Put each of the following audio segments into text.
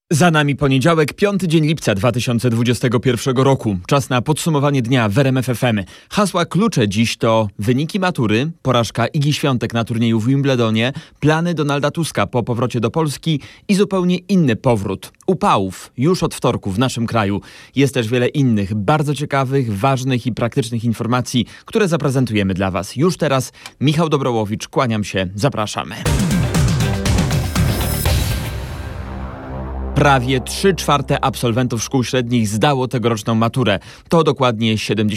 Za nami poniedziałek, 5 dzień lipca 2021 roku. Czas na podsumowanie dnia w RMF FM. Hasła klucze dziś to wyniki matury, porażka Igi Świątek na turnieju w Wimbledonie, plany Donalda Tuska po powrocie do Polski i zupełnie inny powrót upałów już od wtorku w naszym kraju. Jest też wiele innych bardzo ciekawych, ważnych i praktycznych informacji, które zaprezentujemy dla Was. Już teraz Michał Dobrołowicz, kłaniam się, zapraszamy. Prawie 3/4 absolwentów szkół średnich zdało tegoroczną maturę. To dokładnie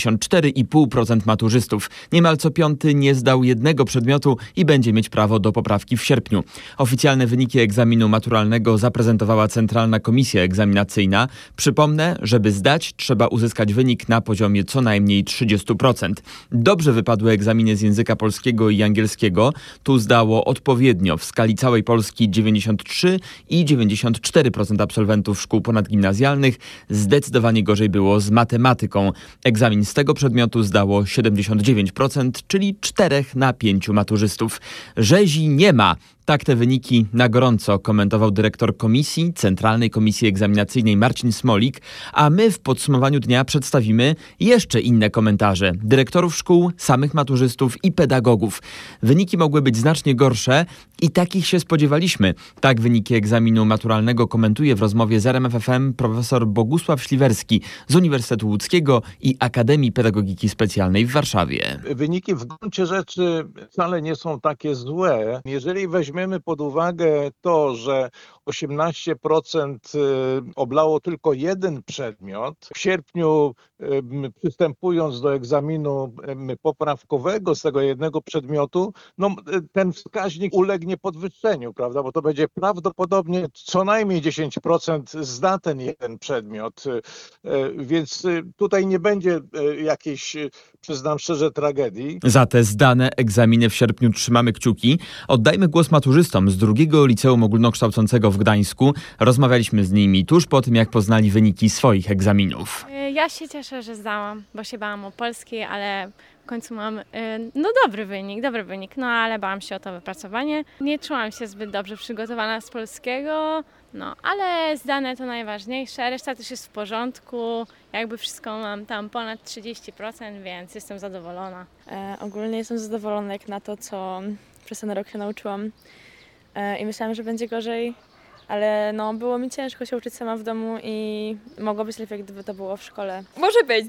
74,5% maturzystów. Niemal co piąty nie zdał jednego przedmiotu i będzie mieć prawo do poprawki w sierpniu. Oficjalne wyniki egzaminu maturalnego zaprezentowała Centralna Komisja Egzaminacyjna. Przypomnę, żeby zdać, trzeba uzyskać wynik na poziomie co najmniej 30%. Dobrze wypadły egzaminy z języka polskiego i angielskiego. Tu zdało odpowiednio w skali całej Polski 93 i 94% absolwentów szkół ponadgimnazjalnych. Zdecydowanie gorzej było z matematyką. Egzamin z tego przedmiotu zdało 79%, czyli 4 na 5 maturzystów. Rzezi nie ma. Tak te wyniki na gorąco komentował dyrektor komisji, Centralnej Komisji Egzaminacyjnej Marcin Smolik, a my w podsumowaniu dnia przedstawimy jeszcze inne komentarze dyrektorów szkół, samych maturzystów i pedagogów. Wyniki mogły być znacznie gorsze i takich się spodziewaliśmy. Tak wyniki egzaminu maturalnego komentuje w rozmowie z RMF FM profesor Bogusław Śliwerski z Uniwersytetu Łódzkiego i Akademii Pedagogiki Specjalnej w Warszawie. Wyniki w gruncie rzeczy wcale nie są takie złe. Jeżeli weźmiemy pod uwagę to, że 18% oblało tylko jeden przedmiot, w sierpniu przystępując do egzaminu poprawkowego z tego jednego przedmiotu, ten wskaźnik ulegnie podwyższeniu, prawda? Bo to będzie prawdopodobnie co najmniej 10% zda ten jeden przedmiot, więc tutaj nie będzie jakiejś, przyznam szczerze, tragedii. Za te zdane egzaminy w sierpniu trzymamy kciuki. Oddajmy głos maturzystom z drugiego liceum ogólnokształcącego w Gdańsku. Rozmawialiśmy z nimi tuż po tym, jak poznali wyniki swoich egzaminów. Ja się cieszę, że zdałam, bo się bałam o polskiej, ale w końcu mam dobry wynik, ale bałam się o to wypracowanie. Nie czułam się zbyt dobrze przygotowana z polskiego, ale zdane to najważniejsze, reszta też jest w porządku, jakby wszystko mam tam ponad 30%, więc jestem zadowolona. Ogólnie jestem zadowolona jak na to, co przez ten rok się nauczyłam i myślałam, że będzie gorzej. Ale było mi ciężko się uczyć sama w domu i mogło być lepiej, gdyby to było w szkole. Może być,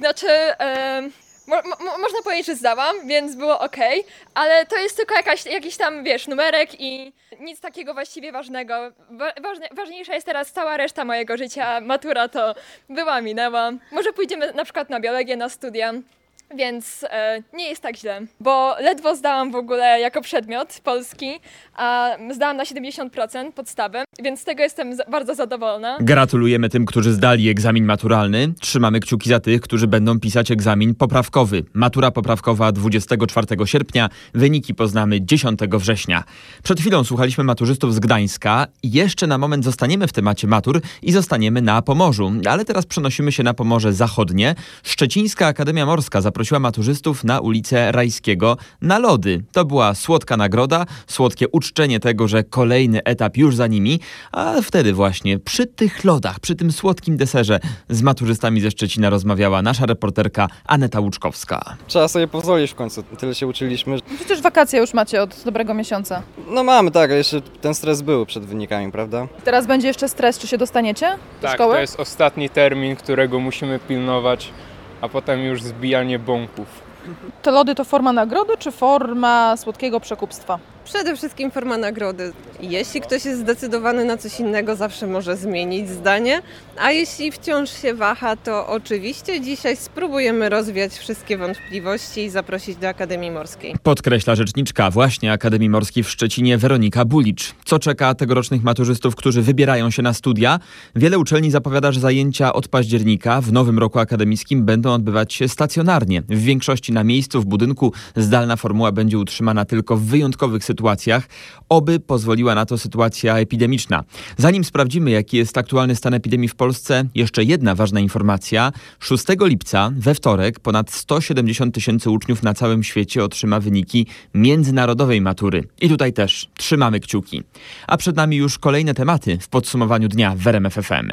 można powiedzieć, że zdałam, więc było okej, ale to jest tylko jakiś tam, numerek i nic takiego właściwie ważnego. Ważniejsza jest teraz cała reszta mojego życia, matura to minęła. Może pójdziemy na przykład na biologię, na studia. Więc nie jest tak źle, bo ledwo zdałam w ogóle jako przedmiot polski, a zdałam na 70% podstawy, więc z tego jestem bardzo zadowolona. Gratulujemy tym, którzy zdali egzamin maturalny. Trzymamy kciuki za tych, którzy będą pisać egzamin poprawkowy. Matura poprawkowa 24 sierpnia, wyniki poznamy 10 września. Przed chwilą słuchaliśmy maturzystów z Gdańska. Jeszcze na moment zostaniemy w temacie matur i zostaniemy na Pomorzu, ale teraz przenosimy się na Pomorze Zachodnie. Szczecińska Akademia Morska zaprosiła maturzystów na ulicę Rajskiego na lody. To była słodka nagroda, słodkie uczczenie tego, że kolejny etap już za nimi, a wtedy właśnie przy tych lodach, przy tym słodkim deserze z maturzystami ze Szczecina rozmawiała nasza reporterka Aneta Łuczkowska. Trzeba sobie pozwolić w końcu, tyle się uczyliśmy. Przecież wakacje już macie od dobrego miesiąca. Mamy, tak, ale jeszcze ten stres był przed wynikami, prawda? Teraz będzie jeszcze stres, czy się dostaniecie do szkoły? To jest ostatni termin, którego musimy pilnować, a potem już zbijanie bąków. Te lody to forma nagrody, czy forma słodkiego przekupstwa? Przede wszystkim forma nagrody. Jeśli ktoś jest zdecydowany na coś innego, zawsze może zmienić zdanie, a jeśli wciąż się waha, to oczywiście dzisiaj spróbujemy rozwiać wszystkie wątpliwości i zaprosić do Akademii Morskiej. Podkreśla rzeczniczka właśnie Akademii Morskiej w Szczecinie Weronika Bulicz. Co czeka tegorocznych maturzystów, którzy wybierają się na studia? Wiele uczelni zapowiada, że zajęcia od października w nowym roku akademickim będą odbywać się stacjonarnie. W większości na miejscu, w budynku zdalna formuła będzie utrzymana tylko w wyjątkowych sytuacjach sytuacjach. Oby pozwoliła na to sytuacja epidemiczna. Zanim sprawdzimy, jaki jest aktualny stan epidemii w Polsce, jeszcze jedna ważna informacja. 6 lipca, we wtorek, ponad 170 000 uczniów na całym świecie otrzyma wyniki międzynarodowej matury. I tutaj też trzymamy kciuki. A przed nami już kolejne tematy w podsumowaniu dnia w RMF FM.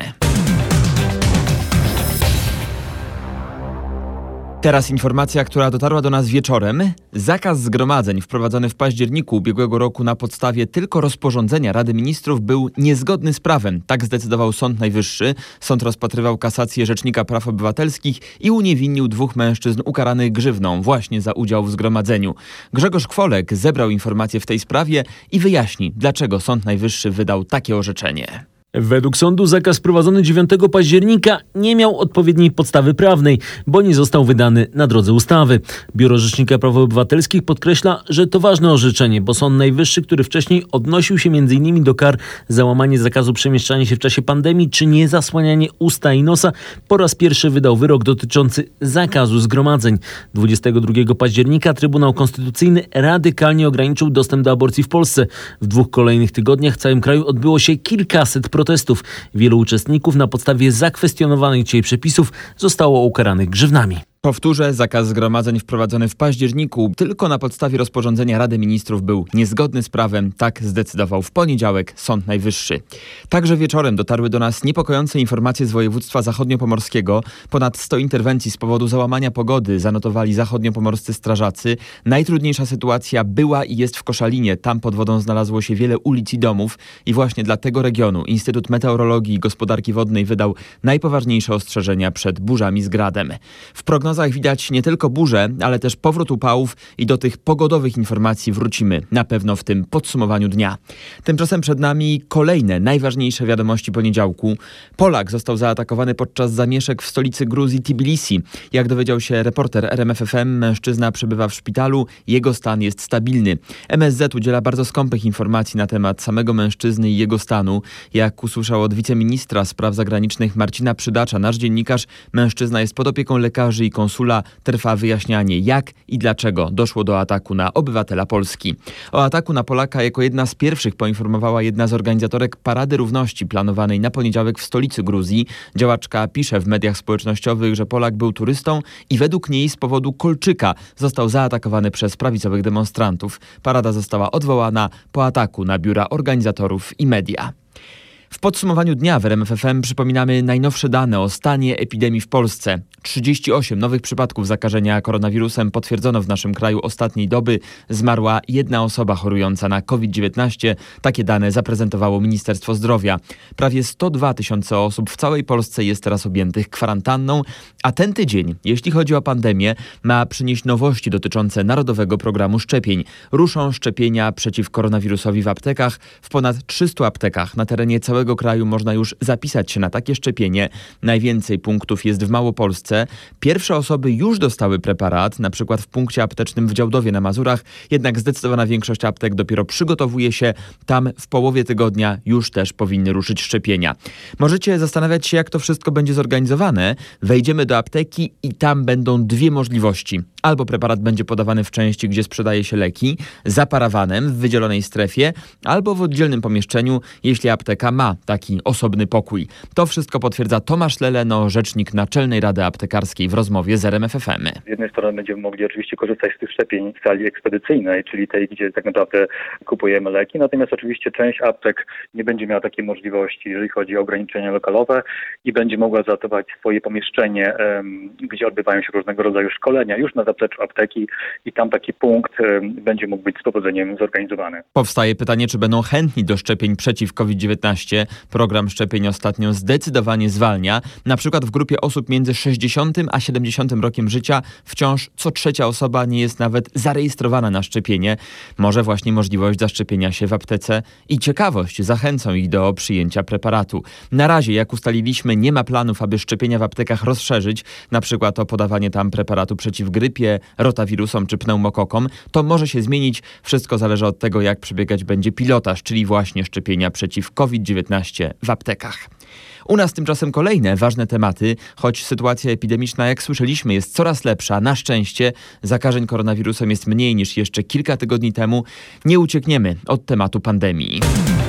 Teraz informacja, która dotarła do nas wieczorem. Zakaz zgromadzeń wprowadzony w październiku ubiegłego roku na podstawie tylko rozporządzenia Rady Ministrów był niezgodny z prawem. Tak zdecydował Sąd Najwyższy. Sąd rozpatrywał kasację Rzecznika Praw Obywatelskich i uniewinnił 2 mężczyzn ukaranych grzywną właśnie za udział w zgromadzeniu. Grzegorz Kwolek zebrał informacje w tej sprawie i wyjaśni, dlaczego Sąd Najwyższy wydał takie orzeczenie. Według sądu zakaz wprowadzony 9 października nie miał odpowiedniej podstawy prawnej, bo nie został wydany na drodze ustawy. Biuro Rzecznika Praw Obywatelskich podkreśla, że to ważne orzeczenie, bo Sąd Najwyższy, który wcześniej odnosił się m.in. do kar za łamanie zakazu przemieszczania się w czasie pandemii czy niezasłanianie usta i nosa, po raz pierwszy wydał wyrok dotyczący zakazu zgromadzeń. 22 października Trybunał Konstytucyjny radykalnie ograniczył dostęp do aborcji w Polsce. W 2 kolejnych tygodniach w całym kraju odbyło się kilkaset protestów. Wielu uczestników na podstawie zakwestionowanych dzisiaj przepisów zostało ukaranych grzywnami. Powtórzę, zakaz zgromadzeń wprowadzony w październiku tylko na podstawie rozporządzenia Rady Ministrów był niezgodny z prawem. Tak zdecydował w poniedziałek Sąd Najwyższy. Także wieczorem dotarły do nas niepokojące informacje z województwa zachodniopomorskiego. Ponad 100 interwencji z powodu załamania pogody zanotowali zachodniopomorscy strażacy. Najtrudniejsza sytuacja była i jest w Koszalinie. Tam pod wodą znalazło się wiele ulic i domów. I właśnie dla tego regionu Instytut Meteorologii i Gospodarki Wodnej wydał najpoważniejsze ostrzeżenia przed burzami z gradem. W prognozach widać nie tylko burze, ale też powrót upałów i do tych pogodowych informacji wrócimy na pewno w tym podsumowaniu dnia. Tymczasem przed nami kolejne najważniejsze wiadomości poniedziałku. Polak został zaatakowany podczas zamieszek w stolicy Gruzji Tbilisi. Jak dowiedział się reporter RMF FM, mężczyzna przebywa w szpitalu, jego stan jest stabilny. MSZ udziela bardzo skąpych informacji na temat samego mężczyzny i jego stanu. Jak usłyszał od wiceministra spraw zagranicznych Marcina Przydacza, nasz dziennikarz, mężczyzna jest pod opieką lekarzy i konsula. Trwa wyjaśnianie, jak i dlaczego doszło do ataku na obywatela Polski. O ataku na Polaka jako jedna z pierwszych poinformowała jedna z organizatorek Parady Równości planowanej na poniedziałek w stolicy Gruzji. Działaczka pisze w mediach społecznościowych, że Polak był turystą i według niej z powodu kolczyka został zaatakowany przez prawicowych demonstrantów. Parada została odwołana po ataku na biura organizatorów i media. W podsumowaniu dnia w RMF FM przypominamy najnowsze dane o stanie epidemii w Polsce. 38 nowych przypadków zakażenia koronawirusem potwierdzono w naszym kraju ostatniej doby. Zmarła 1 osoba chorująca na COVID-19. Takie dane zaprezentowało Ministerstwo Zdrowia. Prawie 102 000 osób w całej Polsce jest teraz objętych kwarantanną, a ten tydzień, jeśli chodzi o pandemię, ma przynieść nowości dotyczące Narodowego Programu Szczepień. Ruszą szczepienia przeciw koronawirusowi w aptekach. W ponad 300 aptekach na terenie całego kraju można już zapisać się na takie szczepienie. Najwięcej punktów jest w Małopolsce. Pierwsze osoby już dostały preparat, na przykład w punkcie aptecznym w Działdowie na Mazurach, jednak zdecydowana większość aptek dopiero przygotowuje się. Tam w połowie tygodnia już też powinny ruszyć szczepienia. Możecie zastanawiać się, jak to wszystko będzie zorganizowane. Wejdziemy do apteki i tam będą 2 możliwości. Albo preparat będzie podawany w części, gdzie sprzedaje się leki, za parawanem w wydzielonej strefie, albo w oddzielnym pomieszczeniu, jeśli apteka ma taki osobny pokój. To wszystko potwierdza Tomasz Leleno, rzecznik Naczelnej Rady Aptekarskiej w rozmowie z RMF FM. Z jednej strony będziemy mogli oczywiście korzystać z tych szczepień w sali ekspedycyjnej, czyli tej, gdzie tak naprawdę kupujemy leki, natomiast oczywiście część aptek nie będzie miała takiej możliwości, jeżeli chodzi o ograniczenia lokalowe i będzie mogła zadawać swoje pomieszczenie, gdzie odbywają się różnego rodzaju szkolenia już na zapleczu apteki i tam taki punkt będzie mógł być z powodzeniem zorganizowany. Powstaje pytanie, czy będą chętni do szczepień przeciw COVID-19. Program szczepień ostatnio zdecydowanie zwalnia. Na przykład w grupie osób między 60 a 70 rokiem życia wciąż co 3. osoba nie jest nawet zarejestrowana na szczepienie. Może właśnie możliwość zaszczepienia się w aptece i ciekawość zachęcą ich do przyjęcia preparatu. Na razie, jak ustaliliśmy, nie ma planów, aby szczepienia w aptekach rozszerzyć, na przykład o podawanie tam preparatu przeciw grypie, rotawirusom czy pneumokokom. To może się zmienić. Wszystko zależy od tego, jak przebiegać będzie pilotaż, czyli właśnie szczepienia przeciw COVID-19 w aptekach. U nas tymczasem kolejne ważne tematy, choć sytuacja epidemiczna, jak słyszeliśmy, jest coraz lepsza. Na szczęście zakażeń koronawirusem jest mniej niż jeszcze kilka tygodni temu. Nie uciekniemy od tematu pandemii.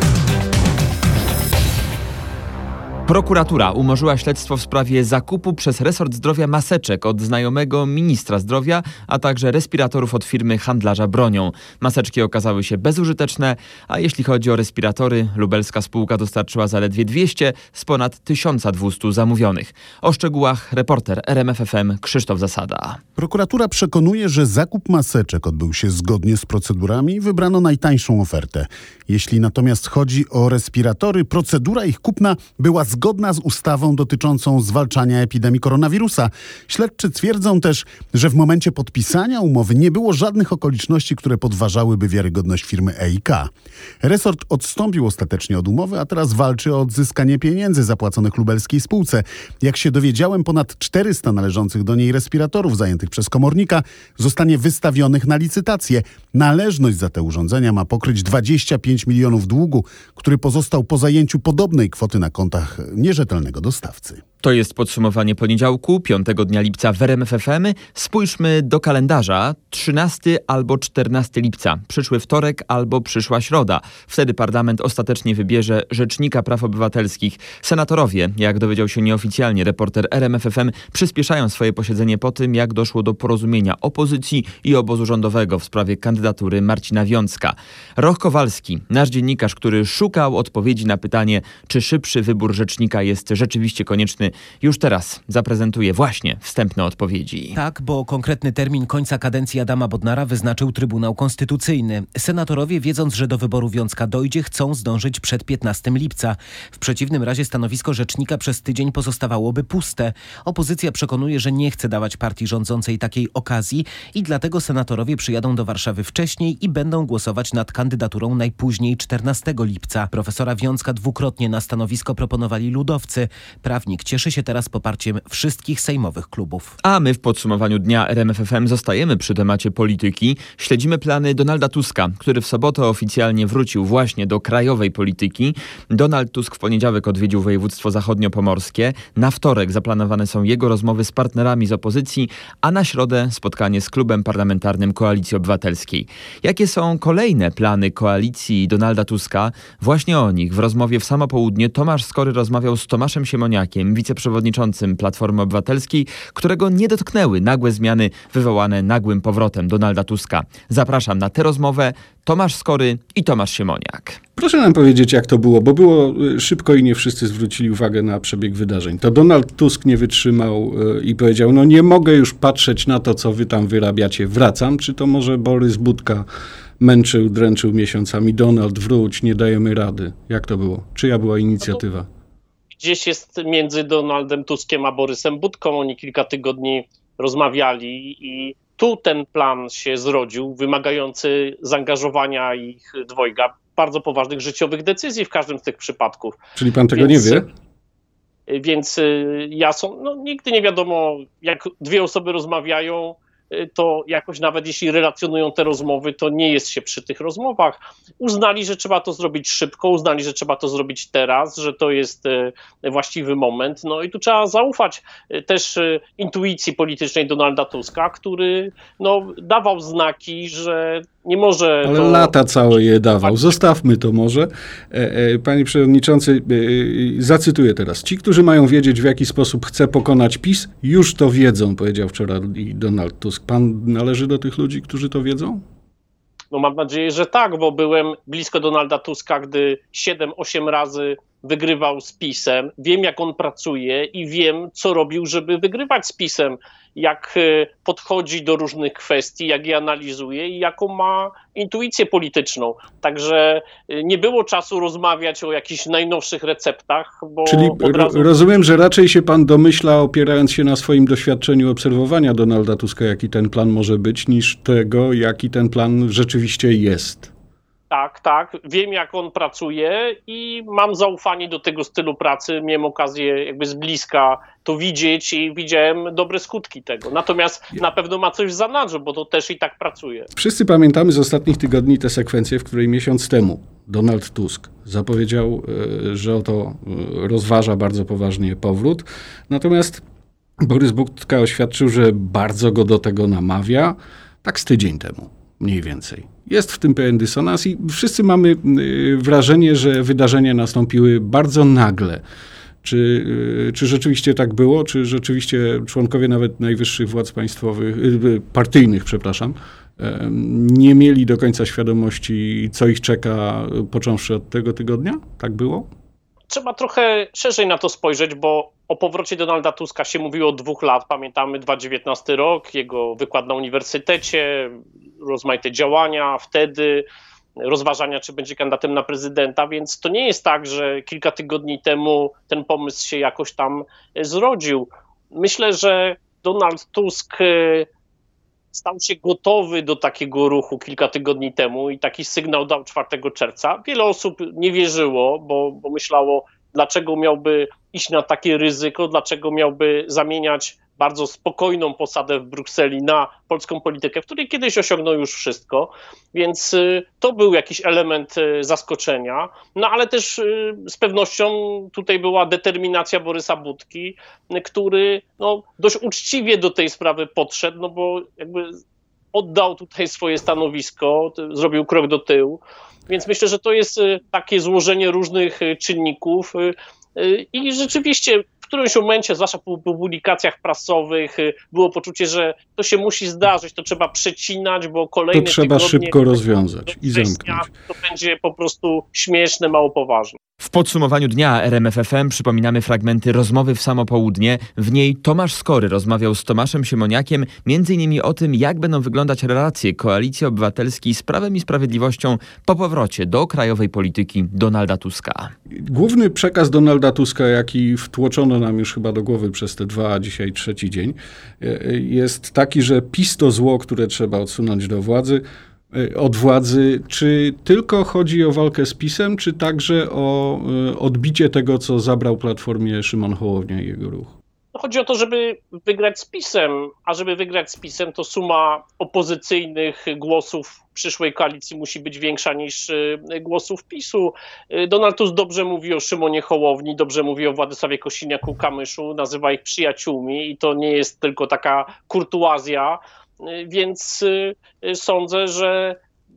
Prokuratura umorzyła śledztwo w sprawie zakupu przez resort zdrowia maseczek od znajomego ministra zdrowia, a także respiratorów od firmy handlarza bronią. Maseczki okazały się bezużyteczne, a jeśli chodzi o respiratory, lubelska spółka dostarczyła zaledwie 200 z ponad 1200 zamówionych. O szczegółach reporter RMF FM Krzysztof Zasada. Prokuratura przekonuje, że zakup maseczek odbył się zgodnie z procedurami i wybrano najtańszą ofertę. Jeśli natomiast chodzi o respiratory, procedura ich kupna była zgodna z ustawą dotyczącą zwalczania epidemii koronawirusa. Śledczy twierdzą też, że w momencie podpisania umowy nie było żadnych okoliczności, które podważałyby wiarygodność firmy EIK. Resort odstąpił ostatecznie od umowy, a teraz walczy o odzyskanie pieniędzy zapłaconych lubelskiej spółce. Jak się dowiedziałem, ponad 400 należących do niej respiratorów zajętych przez komornika zostanie wystawionych na licytację. Należność za te urządzenia ma pokryć 25 milionów długu, który pozostał po zajęciu podobnej kwoty na kontach nierzetelnego dostawcy. To jest podsumowanie poniedziałku, 5 dnia lipca w RMF FM. Spójrzmy do kalendarza. 13 albo 14 lipca. Przyszły wtorek albo przyszła środa. Wtedy parlament ostatecznie wybierze rzecznika praw obywatelskich. Senatorowie, jak dowiedział się nieoficjalnie reporter RMF FM, przyspieszają swoje posiedzenie po tym, jak doszło do porozumienia opozycji i obozu rządowego w sprawie kandydatury Marcina Wiącka. Roch Kowalski, nasz dziennikarz, który szukał odpowiedzi na pytanie, czy szybszy wybór rzecznika jest rzeczywiście konieczny, już teraz zaprezentuje właśnie wstępne odpowiedzi. Tak, bo konkretny termin końca kadencji Adama Bodnara wyznaczył Trybunał Konstytucyjny. Senatorowie, wiedząc, że do wyboru Wiącka dojdzie, chcą zdążyć przed 15 lipca. W przeciwnym razie stanowisko rzecznika przez tydzień pozostawałoby puste. Opozycja przekonuje, że nie chce dawać partii rządzącej takiej okazji i dlatego senatorowie przyjadą do Warszawy wcześniej i będą głosować nad kandydaturą najpóźniej 14 lipca. Profesora Wiącka dwukrotnie na stanowisko proponowali ludowcy. Prawnik cieszy się teraz poparciem wszystkich sejmowych klubów. A my w podsumowaniu dnia RMF FM zostajemy przy temacie polityki. Śledzimy plany Donalda Tuska, który w sobotę oficjalnie wrócił właśnie do krajowej polityki. Donald Tusk w poniedziałek odwiedził województwo zachodniopomorskie. Na wtorek zaplanowane są jego rozmowy z partnerami z opozycji, a na środę spotkanie z klubem parlamentarnym Koalicji Obywatelskiej. Jakie są kolejne plany koalicji Donalda Tuska? Właśnie o nich w rozmowie w samo południe Tomasz Skory rozmawiał z Tomaszem Siemoniakiem, wiceprzewodniczącym Platformy Obywatelskiej, którego nie dotknęły nagłe zmiany wywołane nagłym powrotem Donalda Tuska. Zapraszam na tę rozmowę. Tomasz Skory i Tomasz Siemoniak. Proszę nam powiedzieć, jak to było, bo było szybko i nie wszyscy zwrócili uwagę na przebieg wydarzeń. To Donald Tusk nie wytrzymał i powiedział, no nie mogę już patrzeć na to, co wy tam wyrabiacie, wracam. Czy to może Borys Budka męczył, dręczył miesiącami? Donald, wróć, nie dajemy rady. Jak to było? Czyja była inicjatywa? Gdzieś jest między Donaldem Tuskiem a Borysem Budką. Oni kilka tygodni rozmawiali i tu ten plan się zrodził, wymagający zaangażowania ich dwojga, bardzo poważnych życiowych decyzji w każdym z tych przypadków. Czyli pan tego nie wie? Więc nigdy nie wiadomo, jak dwie osoby rozmawiają, to jakoś nawet jeśli relacjonują te rozmowy, to nie jest się przy tych rozmowach. Uznali, że trzeba to zrobić szybko, uznali, że trzeba to zrobić teraz, że to jest właściwy moment. No i tu trzeba zaufać też intuicji politycznej Donalda Tuska, który dawał znaki, że nie może... Ale lata całe je dawał. Zostawmy to może. Panie przewodniczący, zacytuję teraz. Ci, którzy mają wiedzieć, w jaki sposób chce pokonać PiS, już to wiedzą, powiedział wczoraj Donald Tusk. Pan należy do tych ludzi, którzy to wiedzą? No mam nadzieję, że tak, bo byłem blisko Donalda Tuska, gdy 7-8 razy wygrywał z PiS-em. Wiem, jak on pracuje i wiem, co robił, żeby wygrywać z PiS-em. Jak podchodzi do różnych kwestii, jak je analizuje i jaką ma intuicję polityczną. Także nie było czasu rozmawiać o jakichś najnowszych receptach, bo Czyli rozumiem, że raczej się pan domyśla, opierając się na swoim doświadczeniu obserwowania Donalda Tuska, jaki ten plan może być, niż tego, jaki ten plan rzeczywiście jest. Tak. Wiem, jak on pracuje i mam zaufanie do tego stylu pracy. Miałem okazję jakby z bliska to widzieć i widziałem dobre skutki tego. Natomiast na pewno ma coś w zanadrzu, bo to też i tak pracuje. Wszyscy pamiętamy z ostatnich tygodni tę sekwencję, w której miesiąc temu Donald Tusk zapowiedział, że oto rozważa bardzo poważnie powrót. Natomiast Borys Budka oświadczył, że bardzo go do tego namawia, tak z tydzień temu. Mniej więcej. Jest w tym pewien dysonans i wszyscy mamy wrażenie, że wydarzenia nastąpiły bardzo nagle. Czy rzeczywiście tak było? Czy rzeczywiście członkowie nawet najwyższych władz państwowych, partyjnych, nie mieli do końca świadomości, co ich czeka, począwszy od tego tygodnia? Tak było? Trzeba trochę szerzej na to spojrzeć, bo o powrocie Donalda Tuska się mówiło od 2 lat. Pamiętamy 2019 rok, jego wykład na uniwersytecie, rozmaite działania wtedy, rozważania, czy będzie kandydatem na prezydenta, więc to nie jest tak, że kilka tygodni temu ten pomysł się jakoś tam zrodził. Myślę, że Donald Tusk stał się gotowy do takiego ruchu kilka tygodni temu i taki sygnał dał 4 czerwca. Wiele osób nie wierzyło, bo myślało, dlaczego miałby iść na takie ryzyko, dlaczego miałby zamieniać bardzo spokojną posadę w Brukseli na polską politykę, w której kiedyś osiągnął już wszystko, więc to był jakiś element zaskoczenia, no ale też z pewnością tutaj była determinacja Borysa Budki, który dość uczciwie do tej sprawy podszedł, bo jakby oddał tutaj swoje stanowisko, zrobił krok do tyłu, więc myślę, że to jest takie złożenie różnych czynników i rzeczywiście w którymś momencie, zwłaszcza po publikacjach prasowych, było poczucie, że to się musi zdarzyć, to trzeba przecinać, bo kolejne to trzeba tygodnie, szybko rozwiązać i zamknąć. To będzie po prostu śmieszne, mało poważne. W podsumowaniu dnia RMF FM przypominamy fragmenty rozmowy w samo południe. W niej Tomasz Skory rozmawiał z Tomaszem Siemoniakiem m.in. o tym, jak będą wyglądać relacje Koalicji Obywatelskiej z Prawem i Sprawiedliwością po powrocie do krajowej polityki Donalda Tuska. Główny przekaz Donalda Tuska, jaki wtłoczono nam już chyba do głowy przez te 2, a dzisiaj 3 dzień, jest taki, że PiS to zło, które trzeba odsunąć od władzy. Czy tylko chodzi o walkę z PiS-em, czy także o odbicie tego, co zabrał Platformie Szymon Hołownia i jego ruch? Chodzi o to, żeby wygrać z PiS-em, a żeby wygrać z PiS-em, to suma opozycyjnych głosów przyszłej koalicji musi być większa niż głosów PiS-u. Donald Tusk dobrze mówi o Szymonie Hołowni, dobrze mówi o Władysławie Kosiniaku-Kamyszu, nazywa ich przyjaciółmi i to nie jest tylko taka kurtuazja, więc sądzę, że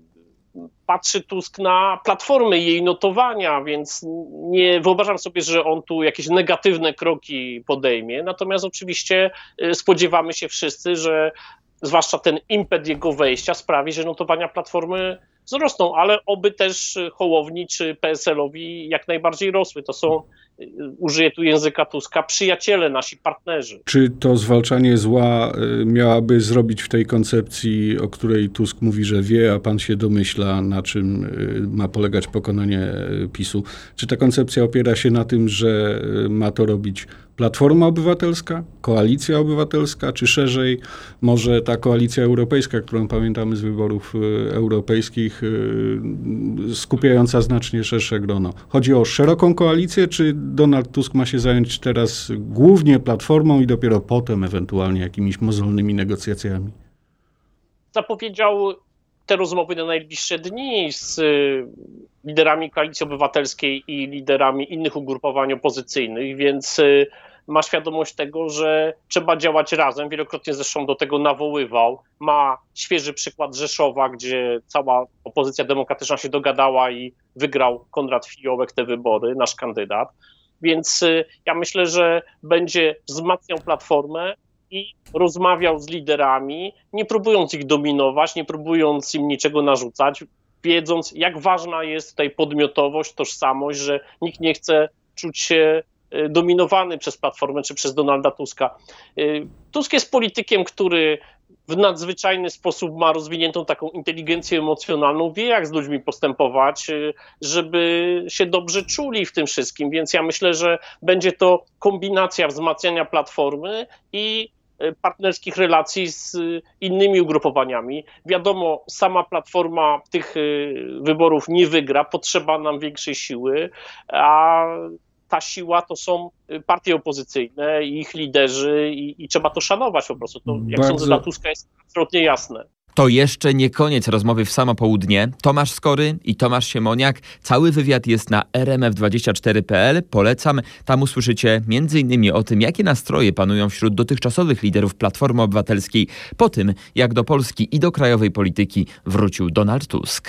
patrzy Tusk na Platformę i jej notowania, więc nie wyobrażam sobie, że on tu jakieś negatywne kroki podejmie. Natomiast oczywiście spodziewamy się wszyscy, że zwłaszcza ten impet jego wejścia sprawi, że notowania Platformy wzrosną, ale oby też Hołowni czy PSL-owi jak najbardziej rosły. To są, użyję tu języka Tuska, przyjaciele, nasi partnerzy. Czy to zwalczanie zła miałaby zrobić w tej koncepcji, o której Tusk mówi, że wie, a pan się domyśla, na czym ma polegać pokonanie PiS-u? Czy ta koncepcja opiera się na tym, że ma to robić Platforma Obywatelska, Koalicja Obywatelska, czy szerzej może ta Koalicja Europejska, którą pamiętamy z wyborów europejskich, skupiająca znacznie szersze grono? Chodzi o szeroką koalicję, czy Donald Tusk ma się zająć teraz głównie Platformą i dopiero potem ewentualnie jakimiś mozolnymi negocjacjami? Zapowiedział te rozmowy na najbliższe dni z liderami Koalicji Obywatelskiej i liderami innych ugrupowań opozycyjnych, więc ma świadomość tego, że trzeba działać razem. Wielokrotnie zresztą do tego nawoływał. Ma świeży przykład Rzeszowa, gdzie cała opozycja demokratyczna się dogadała i wygrał Konrad Fiołek te wybory, nasz kandydat. Więc ja myślę, że będzie wzmacniał Platformę i rozmawiał z liderami, nie próbując ich dominować, nie próbując im niczego narzucać, wiedząc, jak ważna jest tutaj podmiotowość, tożsamość, że nikt nie chce czuć się dominowany przez Platformę czy przez Donalda Tuska. Tusk jest politykiem, który w nadzwyczajny sposób ma rozwiniętą taką inteligencję emocjonalną, wie jak z ludźmi postępować, żeby się dobrze czuli w tym wszystkim, więc ja myślę, że będzie to kombinacja wzmacniania Platformy i partnerskich relacji z innymi ugrupowaniami. Wiadomo, sama Platforma tych wyborów nie wygra, potrzeba nam większej siły, a ta siła to są partie opozycyjne i ich liderzy i trzeba to szanować po prostu. To, jak sądzę, dla Tuska jest absolutnie jasne. To jeszcze nie koniec rozmowy w samo południe. Tomasz Skory i Tomasz Siemoniak. Cały wywiad jest na rmf24.pl. Polecam. Tam usłyszycie m.in. o tym, jakie nastroje panują wśród dotychczasowych liderów Platformy Obywatelskiej po tym, jak do Polski i do krajowej polityki wrócił Donald Tusk.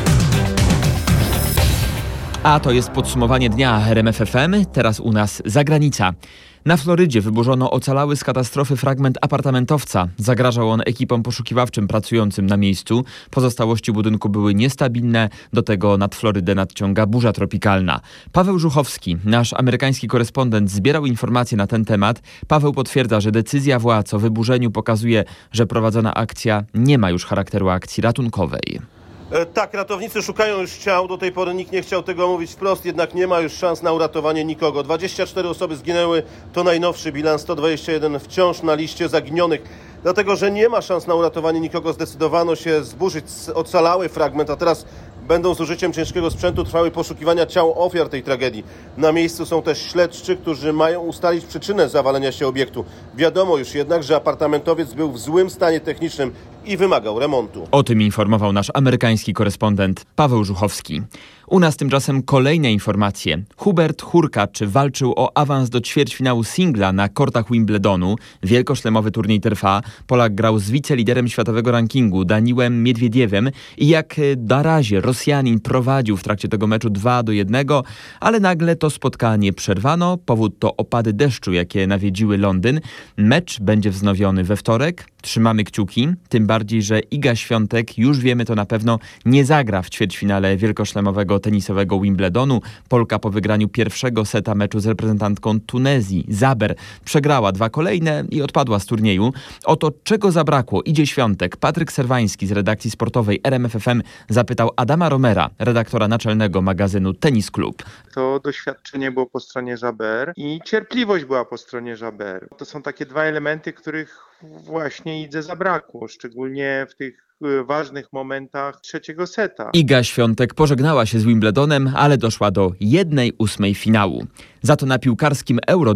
A to jest podsumowanie dnia RMF FM. Teraz u nas zagranica. Na Florydzie wyburzono ocalały z katastrofy fragment apartamentowca. Zagrażał on ekipom poszukiwawczym pracującym na miejscu. Pozostałości budynku były niestabilne. Do tego nad Florydę nadciąga burza tropikalna. Paweł Żuchowski, nasz amerykański korespondent, zbierał informacje na ten temat. Paweł potwierdza, że decyzja władz o wyburzeniu pokazuje, że prowadzona akcja nie ma już charakteru akcji ratunkowej. Tak, ratownicy szukają już ciał. Do tej pory nikt nie chciał tego mówić wprost, jednak nie ma już szans na uratowanie nikogo. 24 osoby zginęły, to najnowszy bilans, 121 wciąż na liście zaginionych. Dlatego, że nie ma szans na uratowanie nikogo, zdecydowano się zburzyć ocalały fragment, a teraz będą z użyciem ciężkiego sprzętu trwały poszukiwania ciał ofiar tej tragedii. Na miejscu są też śledczy, którzy mają ustalić przyczynę zawalenia się obiektu. Wiadomo już jednak, że apartamentowiec był w złym stanie technicznym i wymagał remontu. O tym informował nasz amerykański korespondent Paweł Żuchowski. U nas tymczasem kolejne informacje. Hubert Hurkacz walczył o awans do ćwierćfinału singla na kortach Wimbledonu. Wielkoszlemowy turniej trwa. Polak grał z wiceliderem światowego rankingu Daniłem Miedwiediewem i jak na razie Rosjanin prowadził w trakcie tego meczu 2-1, ale nagle to spotkanie przerwano. Powód to opady deszczu, jakie nawiedziły Londyn. Mecz będzie wznowiony we wtorek. Trzymamy kciuki, tym bardziej, że Iga Świątek, już wiemy to na pewno, nie zagra w ćwierćfinale wielkoszlemowego tenisowego Wimbledonu. Polka po wygraniu pierwszego seta meczu z reprezentantką Tunezji, Zaber, przegrała 2 kolejne i odpadła z turnieju. O to, czego zabrakło Idzie Świątek, Patryk Serwański z redakcji sportowej RMF FM zapytał Adama Romera, redaktora naczelnego magazynu Tenis Klub. To doświadczenie było po stronie Zaber i cierpliwość była po stronie Zaber. To są takie dwa elementy, których właśnie Idze zabrakło, szczególnie w tych ważnych momentach trzeciego seta. Iga Świątek pożegnała się z Wimbledonem, ale doszła do 1/8 finału. Za to na piłkarskim Euro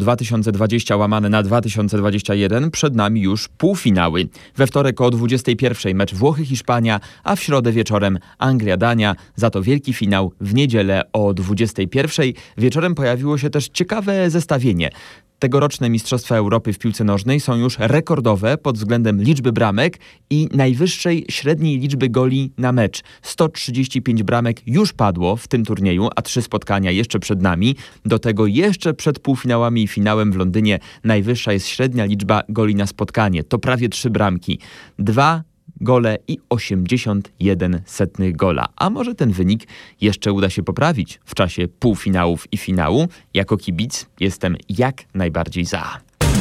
2020/2021 przed nami już półfinały. We wtorek o 21:00 mecz Włochy-Hiszpania, a w środę wieczorem Anglia-Dania. Za to wielki finał w niedzielę o 21:00. Wieczorem pojawiło się też ciekawe zestawienie. Tegoroczne Mistrzostwa Europy w piłce nożnej są już rekordowe pod względem liczby bramek i najwyższej średniej liczby goli na mecz. 135 bramek już padło w tym turnieju, a 3 spotkania jeszcze przed nami. Do tego jeszcze przed półfinałami i finałem w Londynie najwyższa jest średnia liczba goli na spotkanie. To prawie 3 bramki. 2 gole i 81 gola. A może ten wynik jeszcze uda się poprawić w czasie półfinałów i finału? Jako kibic jestem jak najbardziej za.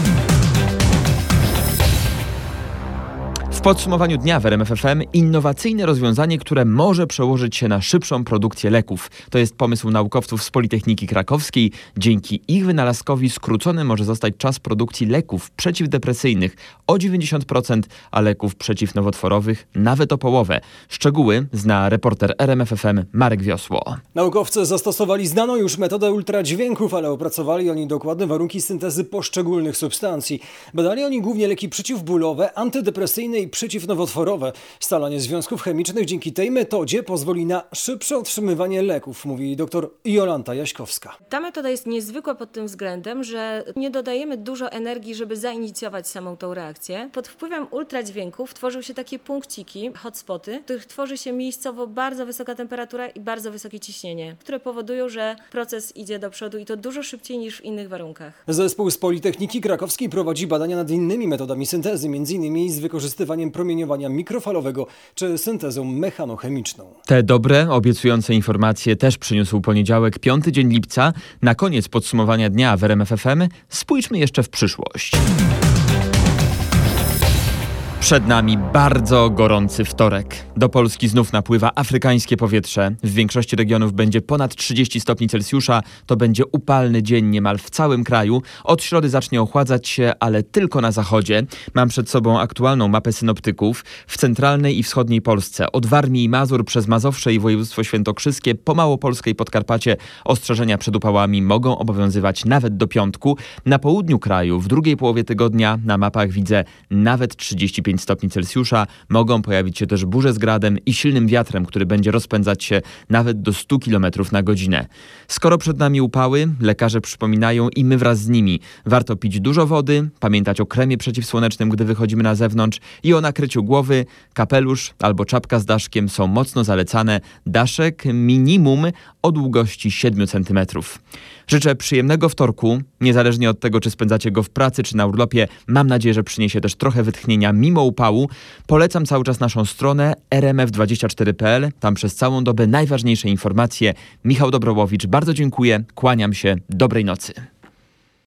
W podsumowaniu dnia w RMF FM innowacyjne rozwiązanie, które może przełożyć się na szybszą produkcję leków. To jest pomysł naukowców z Politechniki Krakowskiej. Dzięki ich wynalazkowi skrócony może zostać czas produkcji leków przeciwdepresyjnych o 90%, a leków przeciwnowotworowych nawet o połowę. Szczegóły zna reporter RMF FM Marek Wiosło. Naukowcy zastosowali znaną już metodę ultradźwięków, ale opracowali oni dokładne warunki syntezy poszczególnych substancji. Badali oni głównie leki przeciwbólowe, antydepresyjne i przeciwnowotworowe. Scalanie związków chemicznych dzięki tej metodzie pozwoli na szybsze otrzymywanie leków, mówi dr Jolanta Jaśkowska. Ta metoda jest niezwykła pod tym względem, że nie dodajemy dużo energii, żeby zainicjować samą tą reakcję. Pod wpływem ultradźwięków tworzą się takie punkciki, hotspoty, w których tworzy się miejscowo bardzo wysoka temperatura i bardzo wysokie ciśnienie, które powodują, że proces idzie do przodu i to dużo szybciej niż w innych warunkach. Zespół z Politechniki Krakowskiej prowadzi badania nad innymi metodami syntezy, m.in. z wykorzystywaniem promieniowania mikrofalowego czy syntezą mechanochemiczną. Te dobre, obiecujące informacje też przyniósł poniedziałek, 5 dzień lipca. Na koniec podsumowania dnia w RMF FM spójrzmy jeszcze w przyszłość. Przed nami bardzo gorący wtorek. Do Polski znów napływa afrykańskie powietrze. W większości regionów będzie ponad 30 stopni Celsjusza. To będzie upalny dzień niemal w całym kraju. Od środy zacznie ochładzać się, ale tylko na zachodzie. Mam przed sobą aktualną mapę synoptyków. W centralnej i wschodniej Polsce, od Warmii i Mazur przez Mazowsze i województwo świętokrzyskie po Małopolskę i Podkarpacie ostrzeżenia przed upałami mogą obowiązywać nawet do piątku. Na południu kraju w drugiej połowie tygodnia na mapach widzę nawet 35 stopni Celsjusza. Mogą pojawić się też burze z gradem i silnym wiatrem, który będzie rozpędzać się nawet do 100 km na godzinę. Skoro przed nami upały, lekarze przypominają i my wraz z nimi. Warto pić dużo wody, pamiętać o kremie przeciwsłonecznym, gdy wychodzimy na zewnątrz i o nakryciu głowy. Kapelusz albo czapka z daszkiem są mocno zalecane. Daszek minimum o długości 7 cm. Życzę przyjemnego wtorku, niezależnie od tego, czy spędzacie go w pracy, czy na urlopie. Mam nadzieję, że przyniesie też trochę wytchnienia mimo upału. Polecam cały czas naszą stronę rmf24.pl. Tam przez całą dobę najważniejsze informacje. Michał Dobrołowicz, bardzo dziękuję, kłaniam się, dobrej nocy.